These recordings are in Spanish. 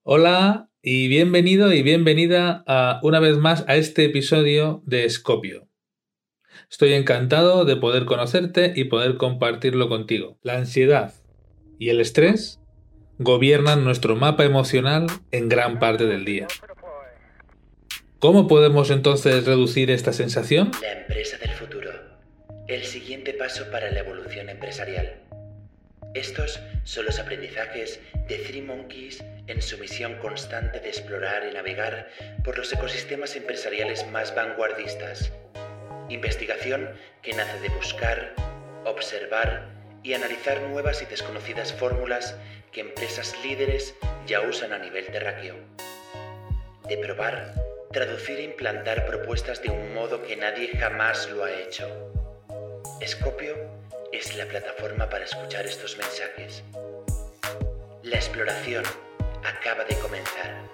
Hola y bienvenido y bienvenida una vez más a este episodio de Scopio. Estoy encantado de poder conocerte y poder compartirlo contigo. La ansiedad y el estrés gobiernan nuestro mapa emocional en gran parte del día. ¿Cómo podemos entonces reducir esta sensación? La empresa del futuro. El siguiente paso para la evolución empresarial. Estos son los aprendizajes de Three Monkeys en su misión constante de explorar y navegar por los ecosistemas empresariales más vanguardistas. Investigación que nace de buscar, observar y analizar nuevas y desconocidas fórmulas que empresas líderes ya usan a nivel terráqueo. De probar, traducir e implantar propuestas de un modo que nadie jamás lo ha hecho. Scopio es la plataforma para escuchar estos mensajes. La exploración acaba de comenzar.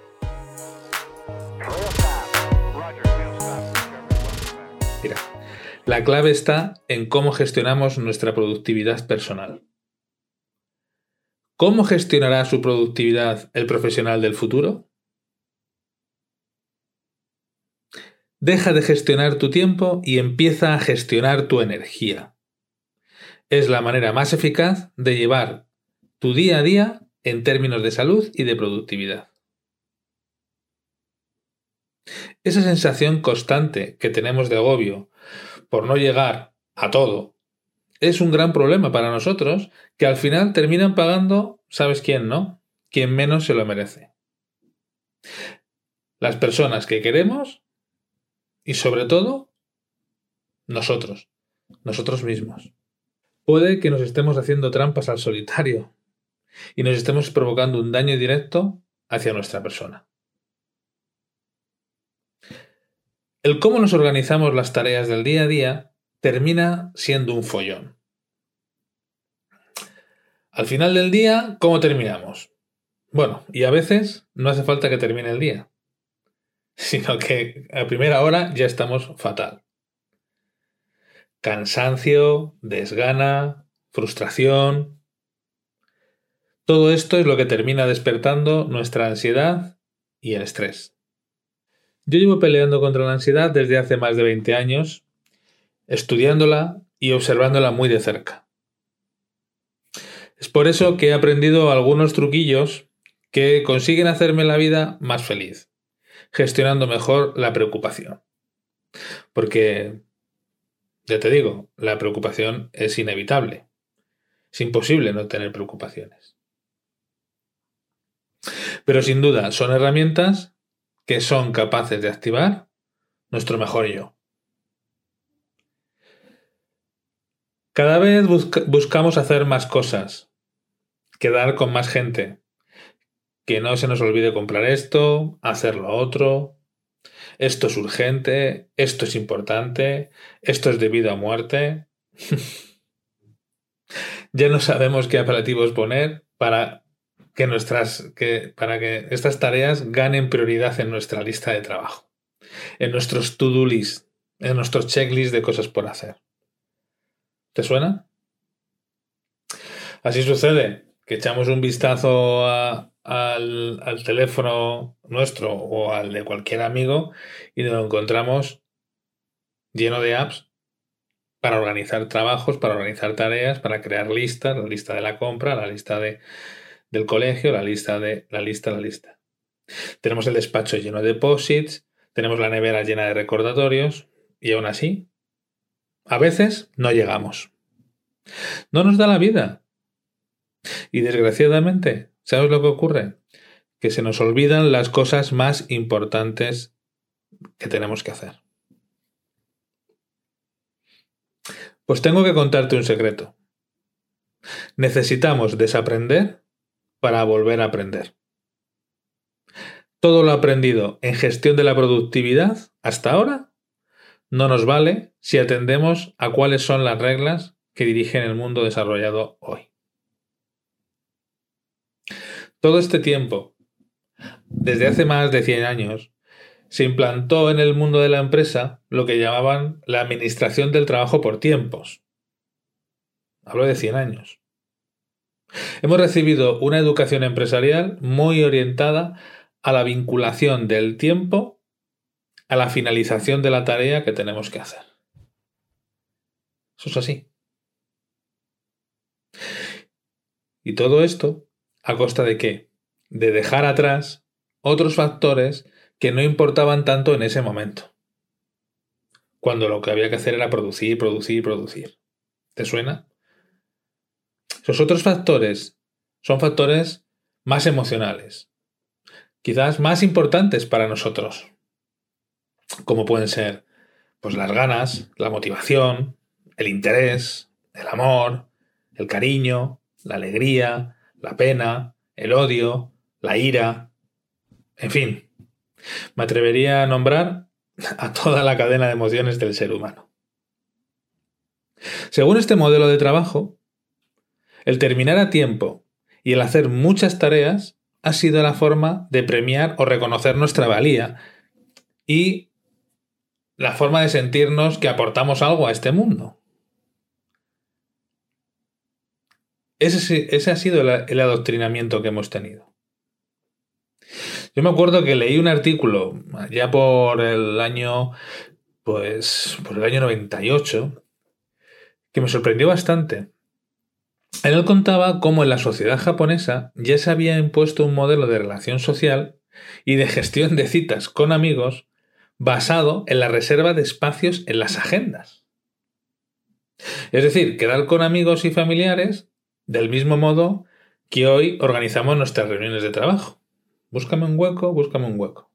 Mira, la clave está en cómo gestionamos nuestra productividad personal. ¿Cómo gestionará su productividad el profesional del futuro? Deja de gestionar tu tiempo y empieza a gestionar tu energía. Es la manera más eficaz de llevar tu día a día en términos de salud y de productividad. Esa sensación constante que tenemos de agobio por no llegar a todo es un gran problema para nosotros que al final terminan pagando, ¿sabes quién, no? Quien menos se lo merece. Las personas que queremos y sobre todo nosotros mismos. Puede que nos estemos haciendo trampas al solitario y nos estemos provocando un daño directo hacia nuestra persona. El cómo nos organizamos las tareas del día a día termina siendo un follón. Al final del día, ¿cómo terminamos? Bueno, y a veces no hace falta que termine el día, sino que a primera hora ya estamos fatal. Cansancio, desgana, frustración. Todo esto es lo que termina despertando nuestra ansiedad y el estrés. Yo llevo peleando contra la ansiedad desde hace más de 20 años, estudiándola y observándola muy de cerca. Es por eso que he aprendido algunos truquillos que consiguen hacerme la vida más feliz, gestionando mejor la preocupación. Porque, ya te digo, la preocupación es inevitable. Es imposible no tener preocupaciones. Pero sin duda son herramientas que son capaces de activar nuestro mejor yo. Cada vez buscamos hacer más cosas, quedar con más gente, que no se nos olvide comprar esto, hacer lo otro, esto es urgente, esto es importante, esto es de vida o muerte. Ya no sabemos qué apelativos poner para que estas tareas ganen prioridad en nuestra lista de trabajo, en nuestros to-do list, en nuestros checklist de cosas por hacer. ¿Te suena? Así sucede, que echamos un vistazo al teléfono nuestro o al de cualquier amigo y nos lo encontramos lleno de apps para organizar trabajos, para organizar tareas, para crear listas, la lista de la compra, la lista del colegio, la lista. Tenemos el despacho lleno de post-its, tenemos la nevera llena de recordatorios y aún así, a veces no llegamos. No nos da la vida. Y desgraciadamente, ¿sabes lo que ocurre? Que se nos olvidan las cosas más importantes que tenemos que hacer. Pues tengo que contarte un secreto. Necesitamos desaprender para volver a aprender. Todo lo aprendido en gestión de la productividad hasta ahora no nos vale si atendemos a cuáles son las reglas que dirigen el mundo desarrollado hoy. Todo este tiempo, desde hace más de 100 años, se implantó en el mundo de la empresa lo que llamaban la administración del trabajo por tiempos. Hablo de 100 años. Hemos recibido una educación empresarial muy orientada a la vinculación del tiempo a la finalización de la tarea que tenemos que hacer. Eso es así. Y todo esto ¿a costa de qué? De dejar atrás otros factores que no importaban tanto en ese momento, cuando lo que había que hacer era producir, producir, producir. ¿Te suena? Esos otros factores son factores más emocionales, quizás más importantes para nosotros, como pueden ser pues las ganas, la motivación, el interés, el amor, el cariño, la alegría, la pena, el odio, la ira, en fin, me atrevería a nombrar a toda la cadena de emociones del ser humano. Según este modelo de trabajo, el terminar a tiempo y el hacer muchas tareas ha sido la forma de premiar o reconocer nuestra valía y la forma de sentirnos que aportamos algo a este mundo. Ese ha sido el adoctrinamiento que hemos tenido. Yo me acuerdo que leí un artículo ya por el año 98 que me sorprendió bastante. En él contaba cómo en la sociedad japonesa ya se había impuesto un modelo de relación social y de gestión de citas con amigos basado en la reserva de espacios en las agendas. Es decir, quedar con amigos y familiares del mismo modo que hoy organizamos nuestras reuniones de trabajo. Búscame un hueco, búscame un hueco.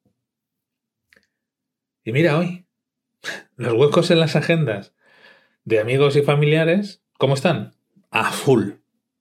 Y mira hoy, los huecos en las agendas de amigos y familiares, ¿cómo están? A full.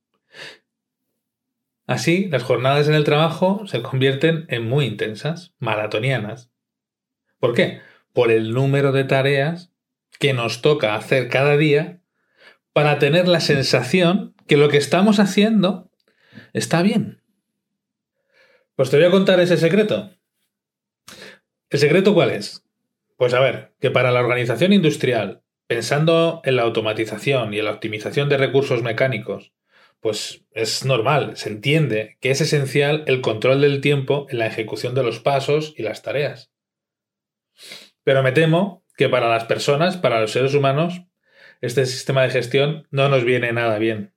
Así, las jornadas en el trabajo se convierten en muy intensas, maratonianas. ¿Por qué? Por el número de tareas que nos toca hacer cada día para tener la sensación que lo que estamos haciendo está bien. Pues te voy a contar ese secreto. ¿El secreto cuál es? Pues a ver, que para la organización industrial, pensando en la automatización y en la optimización de recursos mecánicos, pues es normal, se entiende que es esencial el control del tiempo en la ejecución de los pasos y las tareas. Pero me temo que para las personas, para los seres humanos, este sistema de gestión no nos viene nada bien.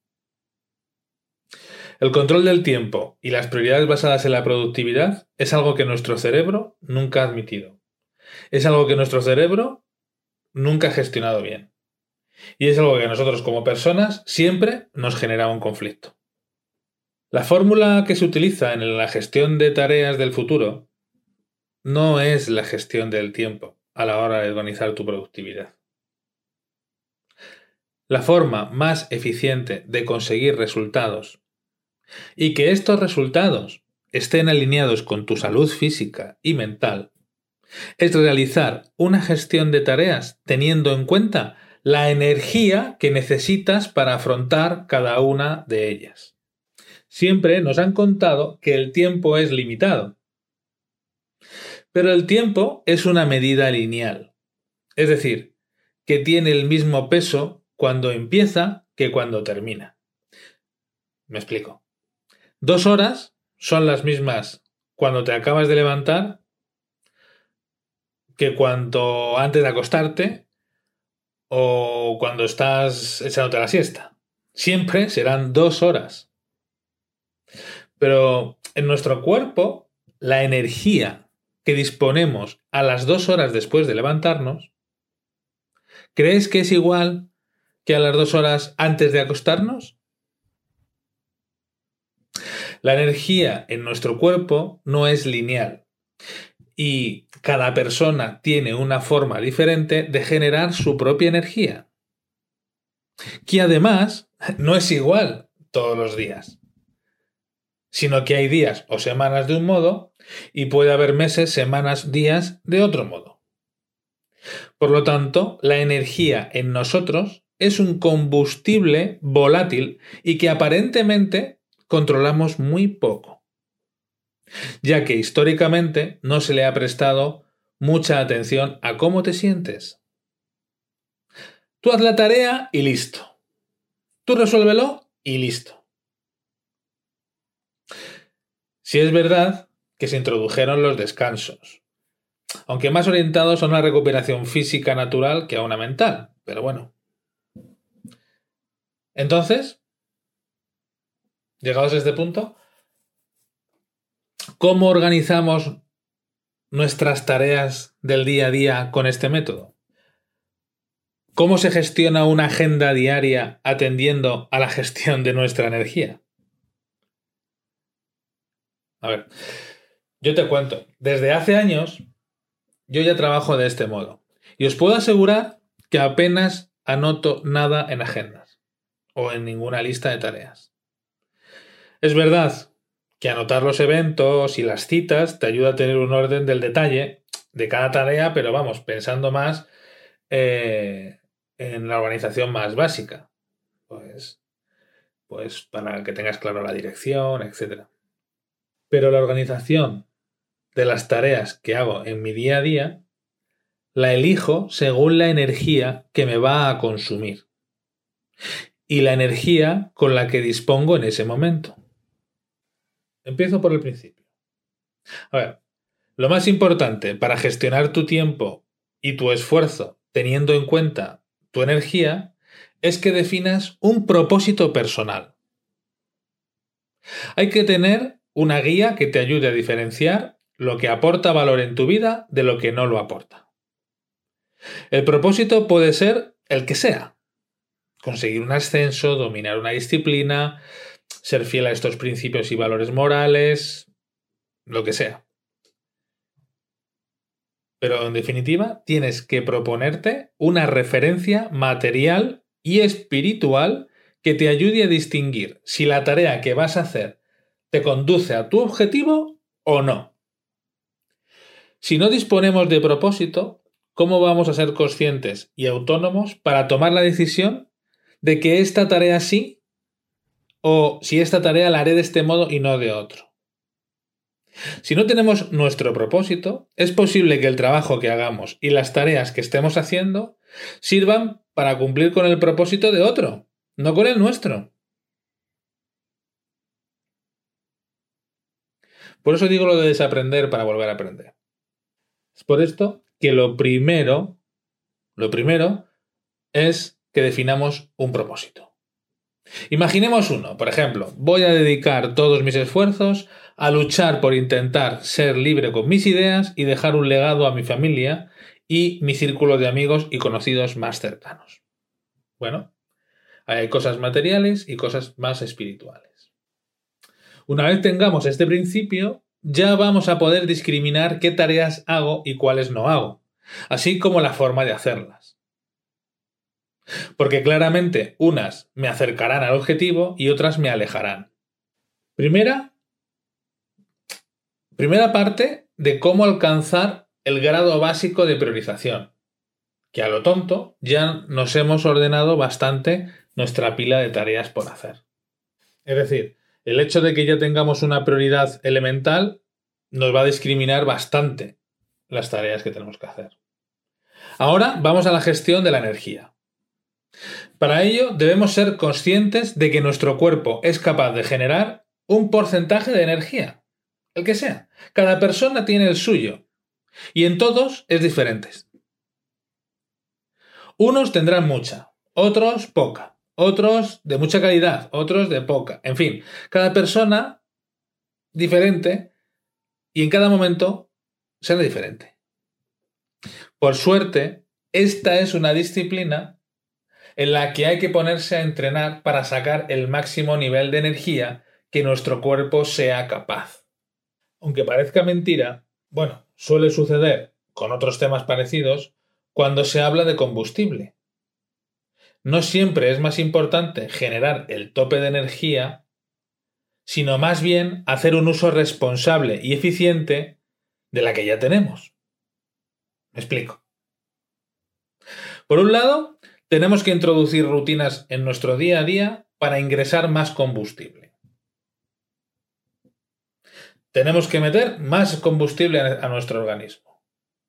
El control del tiempo y las prioridades basadas en la productividad es algo que nuestro cerebro nunca ha admitido. Es algo que nuestro cerebro nunca ha gestionado bien. Y es algo que a nosotros como personas siempre nos genera un conflicto. La fórmula que se utiliza en la gestión de tareas del futuro no es la gestión del tiempo a la hora de organizar tu productividad. La forma más eficiente de conseguir resultados y que estos resultados estén alineados con tu salud física y mental es realizar una gestión de tareas teniendo en cuenta la energía que necesitas para afrontar cada una de ellas. Siempre nos han contado que el tiempo es limitado, pero el tiempo es una medida lineal, es decir, que tiene el mismo peso cuando empieza que cuando termina. Me explico. 2 horas son las mismas cuando te acabas de levantar que cuando antes de acostarte o cuando estás echándote la siesta. Siempre serán 2 horas. Pero en nuestro cuerpo, la energía que disponemos a las 2 horas después de levantarnos, ¿crees que es igual que a las 2 horas antes de acostarnos? La energía en nuestro cuerpo no es lineal y cada persona tiene una forma diferente de generar su propia energía, que además no es igual todos los días, sino que hay días o semanas de un modo y puede haber meses, semanas, días de otro modo. Por lo tanto, la energía en nosotros es un combustible volátil y que aparentemente controlamos muy poco, ya que históricamente no se le ha prestado mucha atención a cómo te sientes. Tú haz la tarea y listo. Tú resuélvelo y listo. Sí es verdad que se introdujeron los descansos, aunque más orientados a una recuperación física natural que a una mental, pero bueno. Entonces, llegados a este punto, ¿cómo organizamos nuestras tareas del día a día con este método? ¿Cómo se gestiona una agenda diaria atendiendo a la gestión de nuestra energía? A ver, yo te cuento, desde hace años yo ya trabajo de este modo y os puedo asegurar que apenas anoto nada en agendas o en ninguna lista de tareas. Es verdad que anotar los eventos y las citas te ayuda a tener un orden del detalle de cada tarea, pero vamos, pensando más en la organización más básica, pues para que tengas claro la dirección, etc. Pero la organización de las tareas que hago en mi día a día la elijo según la energía que me va a consumir y la energía con la que dispongo en ese momento. Empiezo por el principio. A ver, lo más importante para gestionar tu tiempo y tu esfuerzo teniendo en cuenta tu energía es que definas un propósito personal. Hay que tener una guía que te ayude a diferenciar lo que aporta valor en tu vida de lo que no lo aporta. El propósito puede ser el que sea. Conseguir un ascenso, dominar una disciplina, ser fiel a estos principios y valores morales, lo que sea. Pero en definitiva, tienes que proponerte una referencia material y espiritual que te ayude a distinguir si la tarea que vas a hacer te conduce a tu objetivo o no. Si no disponemos de propósito, ¿cómo vamos a ser conscientes y autónomos para tomar la decisión de que esta tarea sí o si esta tarea la haré de este modo y no de otro? Si no tenemos nuestro propósito, es posible que el trabajo que hagamos y las tareas que estemos haciendo sirvan para cumplir con el propósito de otro, no con el nuestro. Por eso digo lo de desaprender para volver a aprender. Es por esto que lo primero es que definamos un propósito. Imaginemos uno, por ejemplo, voy a dedicar todos mis esfuerzos a luchar por intentar ser libre con mis ideas y dejar un legado a mi familia y mi círculo de amigos y conocidos más cercanos. Bueno, hay cosas materiales y cosas más espirituales. Una vez tengamos este principio, ya vamos a poder discriminar qué tareas hago y cuáles no hago, así como la forma de hacerlas. Porque claramente unas me acercarán al objetivo y otras me alejarán. Primera parte de cómo alcanzar el grado básico de priorización, que a lo tonto ya nos hemos ordenado bastante nuestra pila de tareas por hacer. Es decir, el hecho de que ya tengamos una prioridad elemental nos va a discriminar bastante las tareas que tenemos que hacer. Ahora vamos a la gestión de la energía. Para ello debemos ser conscientes de que nuestro cuerpo es capaz de generar un porcentaje de energía, el que sea. Cada persona tiene el suyo y en todos es diferente. Unos tendrán mucha, otros poca, otros de mucha calidad, otros de poca. En fin, cada persona diferente y en cada momento será diferente. Por suerte, esta es una disciplina en la que hay que ponerse a entrenar para sacar el máximo nivel de energía que nuestro cuerpo sea capaz. Aunque parezca mentira, suele suceder con otros temas parecidos cuando se habla de combustible. No siempre es más importante generar el tope de energía, sino más bien hacer un uso responsable y eficiente de la que ya tenemos. ¿Me explico? Por un lado, tenemos que introducir rutinas en nuestro día a día para ingresar más combustible. Tenemos que meter más combustible a nuestro organismo.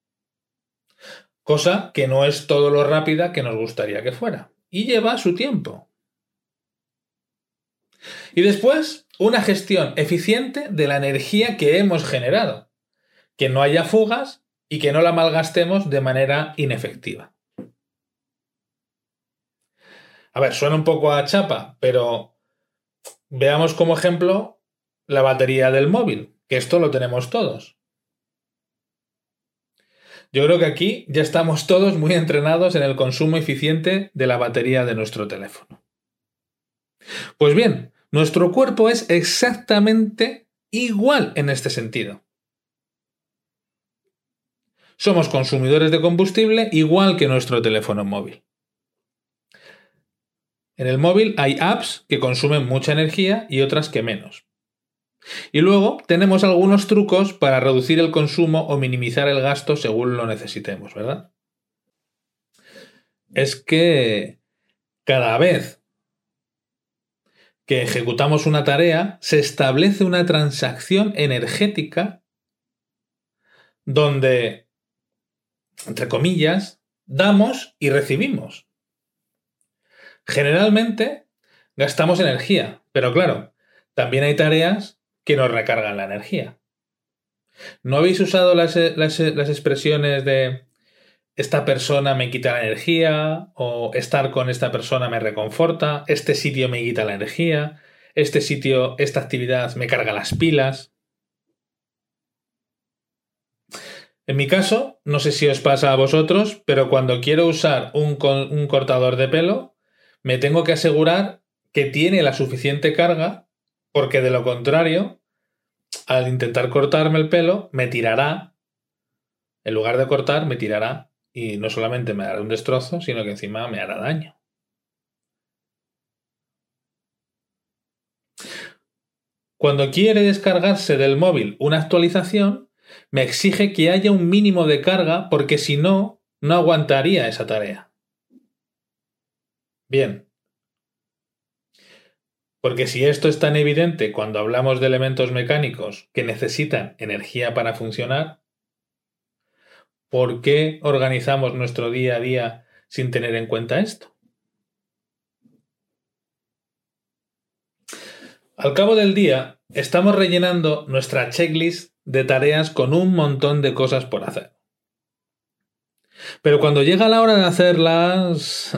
Cosa que no es todo lo rápida que nos gustaría que fuera. Y lleva su tiempo. Y después una gestión eficiente de la energía que hemos generado, que no haya fugas y que no la malgastemos de manera inefectiva. A ver, suena un poco a chapa, pero veamos como ejemplo la batería del móvil, que esto lo tenemos todos. Yo creo que aquí ya estamos todos muy entrenados en el consumo eficiente de la batería de nuestro teléfono. Pues bien, nuestro cuerpo es exactamente igual en este sentido. Somos consumidores de combustible igual que nuestro teléfono móvil. En el móvil hay apps que consumen mucha energía y otras que menos. Y luego tenemos algunos trucos para reducir el consumo o minimizar el gasto según lo necesitemos, ¿verdad? Es que cada vez que ejecutamos una tarea se establece una transacción energética donde, entre comillas, damos y recibimos. Generalmente gastamos energía, pero claro, también hay tareas que nos recargan la energía. ¿No habéis usado las expresiones de esta persona me quita la energía o estar con esta persona me reconforta, este sitio me quita la energía, este sitio, esta actividad me carga las pilas? En mi caso, no sé si os pasa a vosotros, pero cuando quiero usar un cortador de pelo, me tengo que asegurar que tiene la suficiente carga, porque de lo contrario, al intentar cortarme el pelo, me tirará, en lugar de cortar, me tirará y no solamente me hará un destrozo, sino que encima me hará daño. Cuando quiere descargarse del móvil una actualización, me exige que haya un mínimo de carga porque si no, no aguantaría esa tarea. Bien. Porque si esto es tan evidente cuando hablamos de elementos mecánicos que necesitan energía para funcionar, ¿por qué organizamos nuestro día a día sin tener en cuenta esto? Al cabo del día, estamos rellenando nuestra checklist de tareas con un montón de cosas por hacer. Pero cuando llega la hora de hacerlas,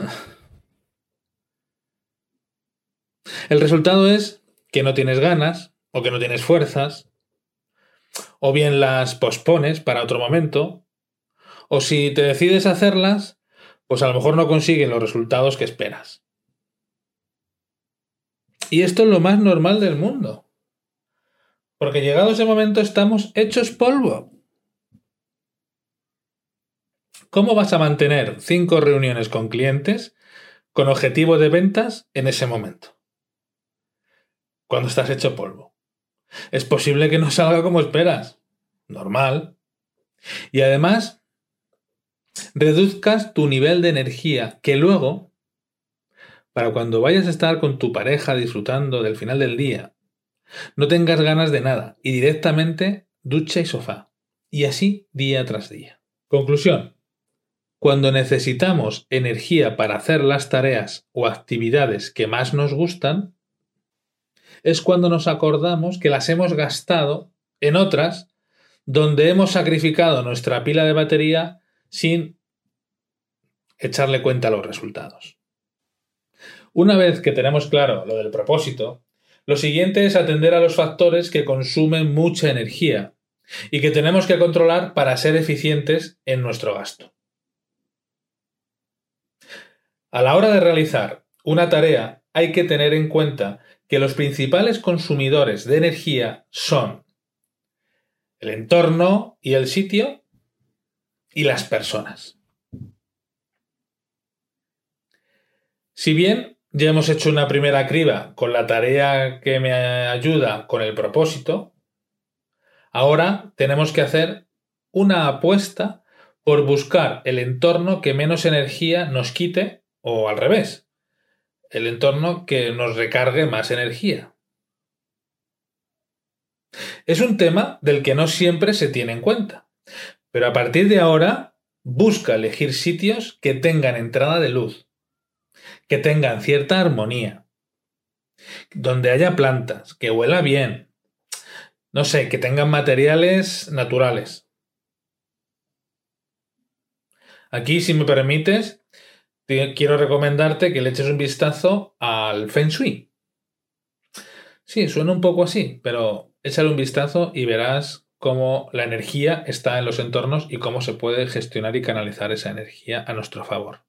el resultado es que no tienes ganas o que no tienes fuerzas, o bien las pospones para otro momento, o si te decides hacerlas, pues a lo mejor no consiguen los resultados que esperas. Y esto es lo más normal del mundo. Porque llegado ese momento estamos hechos polvo. ¿Cómo vas a mantener 5 reuniones con clientes con objetivo de ventas en ese momento? Cuando estás hecho polvo. Es posible que no salga como esperas. Normal. Y además, reduzcas tu nivel de energía, que luego, para cuando vayas a estar con tu pareja disfrutando del final del día, no tengas ganas de nada y directamente ducha y sofá. Y así día tras día. Conclusión. Cuando necesitamos energía para hacer las tareas o actividades que más nos gustan, es cuando nos acordamos que las hemos gastado en otras donde hemos sacrificado nuestra pila de batería sin echarle cuenta a los resultados. Una vez que tenemos claro lo del propósito, lo siguiente es atender a los factores que consumen mucha energía y que tenemos que controlar para ser eficientes en nuestro gasto. A la hora de realizar una tarea hay que tener en cuenta que los principales consumidores de energía son el entorno y el sitio y las personas. Si bien ya hemos hecho una primera criba con la tarea que me ayuda con el propósito, ahora tenemos que hacer una apuesta por buscar el entorno que menos energía nos quite o al revés, el entorno que nos recargue más energía. Es un tema del que no siempre se tiene en cuenta, pero a partir de ahora busca elegir sitios que tengan entrada de luz, que tengan cierta armonía, donde haya plantas, que huela bien, no sé, que tengan materiales naturales. Aquí, si me permites, quiero recomendarte que le eches un vistazo al Feng Shui. Sí, suena un poco así, pero échale un vistazo y verás cómo la energía está en los entornos y cómo se puede gestionar y canalizar esa energía a nuestro favor.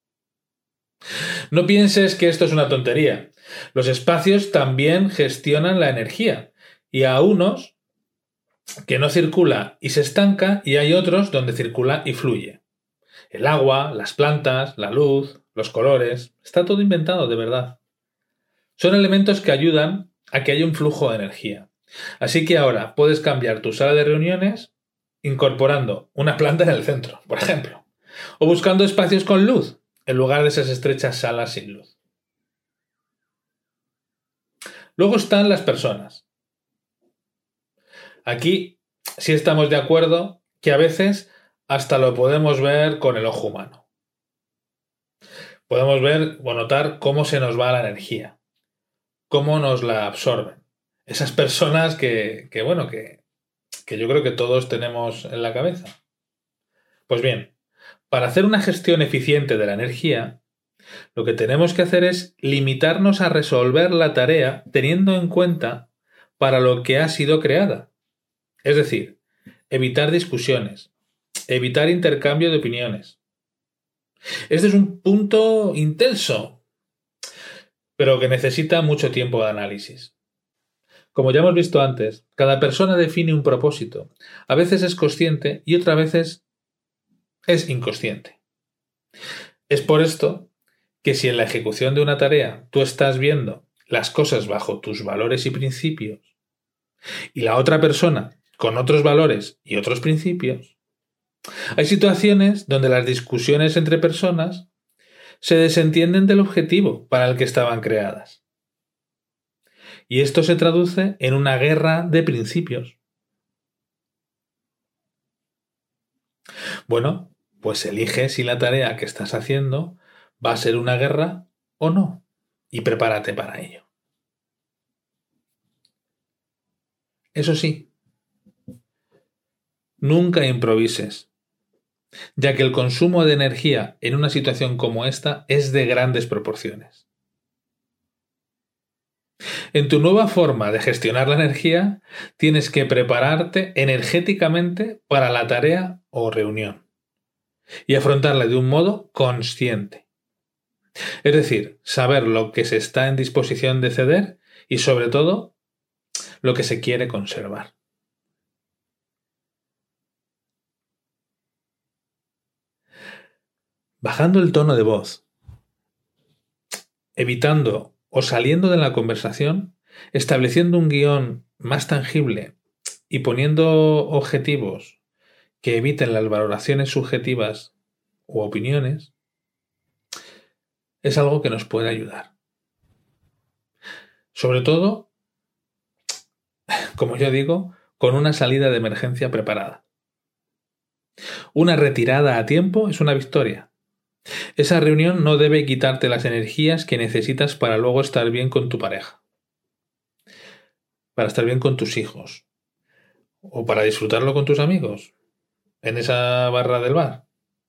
No pienses que esto es una tontería. Los espacios también gestionan la energía y a unos que no circula y se estanca y hay otros donde circula y fluye. El agua, las plantas, la luz, los colores, está todo inventado de verdad. Son elementos que ayudan a que haya un flujo de energía. Así que ahora puedes cambiar tu sala de reuniones incorporando una planta en el centro, por ejemplo, o buscando espacios con luz en lugar de esas estrechas salas sin luz. Luego están las personas. Aquí sí estamos de acuerdo que a veces hasta lo podemos ver con el ojo humano. Podemos ver o notar cómo se nos va la energía, cómo nos la absorben. Esas personas que yo creo que todos tenemos en la cabeza. Pues bien, para hacer una gestión eficiente de la energía, lo que tenemos que hacer es limitarnos a resolver la tarea teniendo en cuenta para lo que ha sido creada. Es decir, evitar discusiones, evitar intercambio de opiniones. Este es un punto intenso, pero que necesita mucho tiempo de análisis. Como ya hemos visto antes, cada persona define un propósito. A veces es consciente y otras veces es inconsciente. Es por esto que si en la ejecución de una tarea tú estás viendo las cosas bajo tus valores y principios y la otra persona con otros valores y otros principios, hay situaciones donde las discusiones entre personas se desentienden del objetivo para el que estaban creadas. Y esto se traduce en una guerra de principios. Bueno, pues elige si la tarea que estás haciendo va a ser una guerra o no, y prepárate para ello. Eso sí, nunca improvises, ya que el consumo de energía en una situación como esta es de grandes proporciones. En tu nueva forma de gestionar la energía, tienes que prepararte energéticamente para la tarea o reunión y afrontarla de un modo consciente. Es decir, saber lo que se está en disposición de ceder y, sobre todo, lo que se quiere conservar. Bajando el tono de voz, evitando o saliendo de la conversación, estableciendo un guión más tangible y poniendo objetivos que eviten las valoraciones subjetivas u opiniones, es algo que nos puede ayudar. Sobre todo, como yo digo, con una salida de emergencia preparada. Una retirada a tiempo es una victoria. Esa reunión no debe quitarte las energías que necesitas para luego estar bien con tu pareja, para estar bien con tus hijos o para disfrutarlo con tus amigos en esa barra del bar.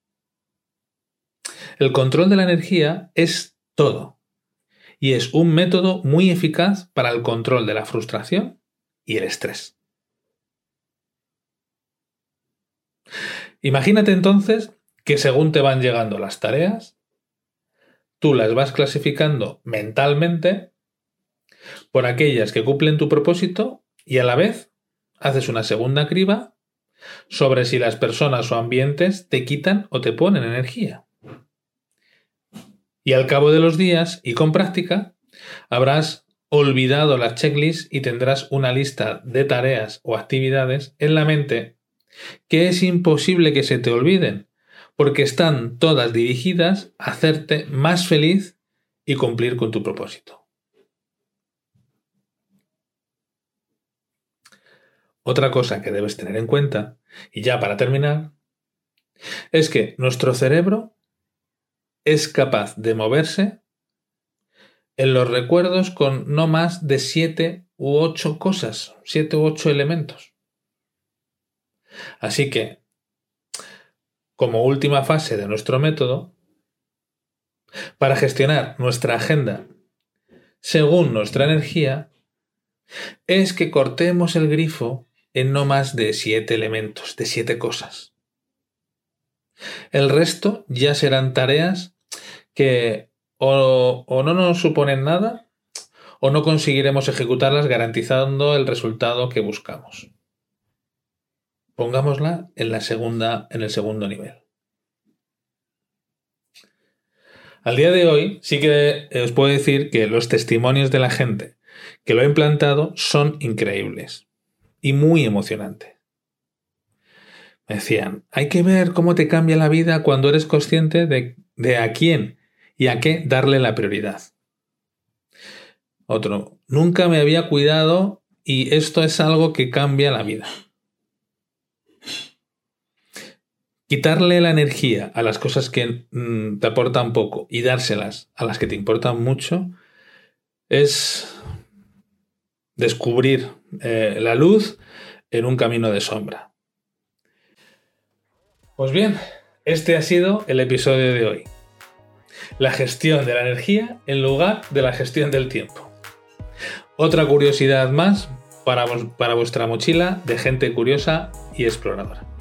El control de la energía es todo y es un método muy eficaz para el control de la frustración y el estrés. Imagínate entonces que según te van llegando las tareas, tú las vas clasificando mentalmente por aquellas que cumplen tu propósito y a la vez haces una segunda criba sobre si las personas o ambientes te quitan o te ponen energía. Y al cabo de los días y con práctica, habrás olvidado las checklists y tendrás una lista de tareas o actividades en la mente que es imposible que se te olviden, porque están todas dirigidas a hacerte más feliz y cumplir con tu propósito. Otra cosa que debes tener en cuenta, y ya para terminar, es que nuestro cerebro es capaz de moverse en los recuerdos con no más de 7 u 8 cosas, 7 u 8 elementos. Así que, como última fase de nuestro método, para gestionar nuestra agenda según nuestra energía, es que cortemos el grifo en no más de 7 elementos, de 7 cosas. El resto ya serán tareas que o no nos suponen nada o no conseguiremos ejecutarlas garantizando el resultado que buscamos. Pongámosla en el segundo nivel. Al día de hoy sí que os puedo decir que los testimonios de la gente que lo ha implantado son increíbles y muy emocionantes. Me decían, hay que ver cómo te cambia la vida cuando eres consciente de a quién y a qué darle la prioridad. Otro, nunca me había cuidado y esto es algo que cambia la vida. Quitarle la energía a las cosas que te aportan poco y dárselas a las que te importan mucho es descubrir la luz en un camino de sombra. Pues bien, este ha sido el episodio de hoy. La gestión de la energía en lugar de la gestión del tiempo. Otra curiosidad más para vuestra mochila de gente curiosa y exploradora.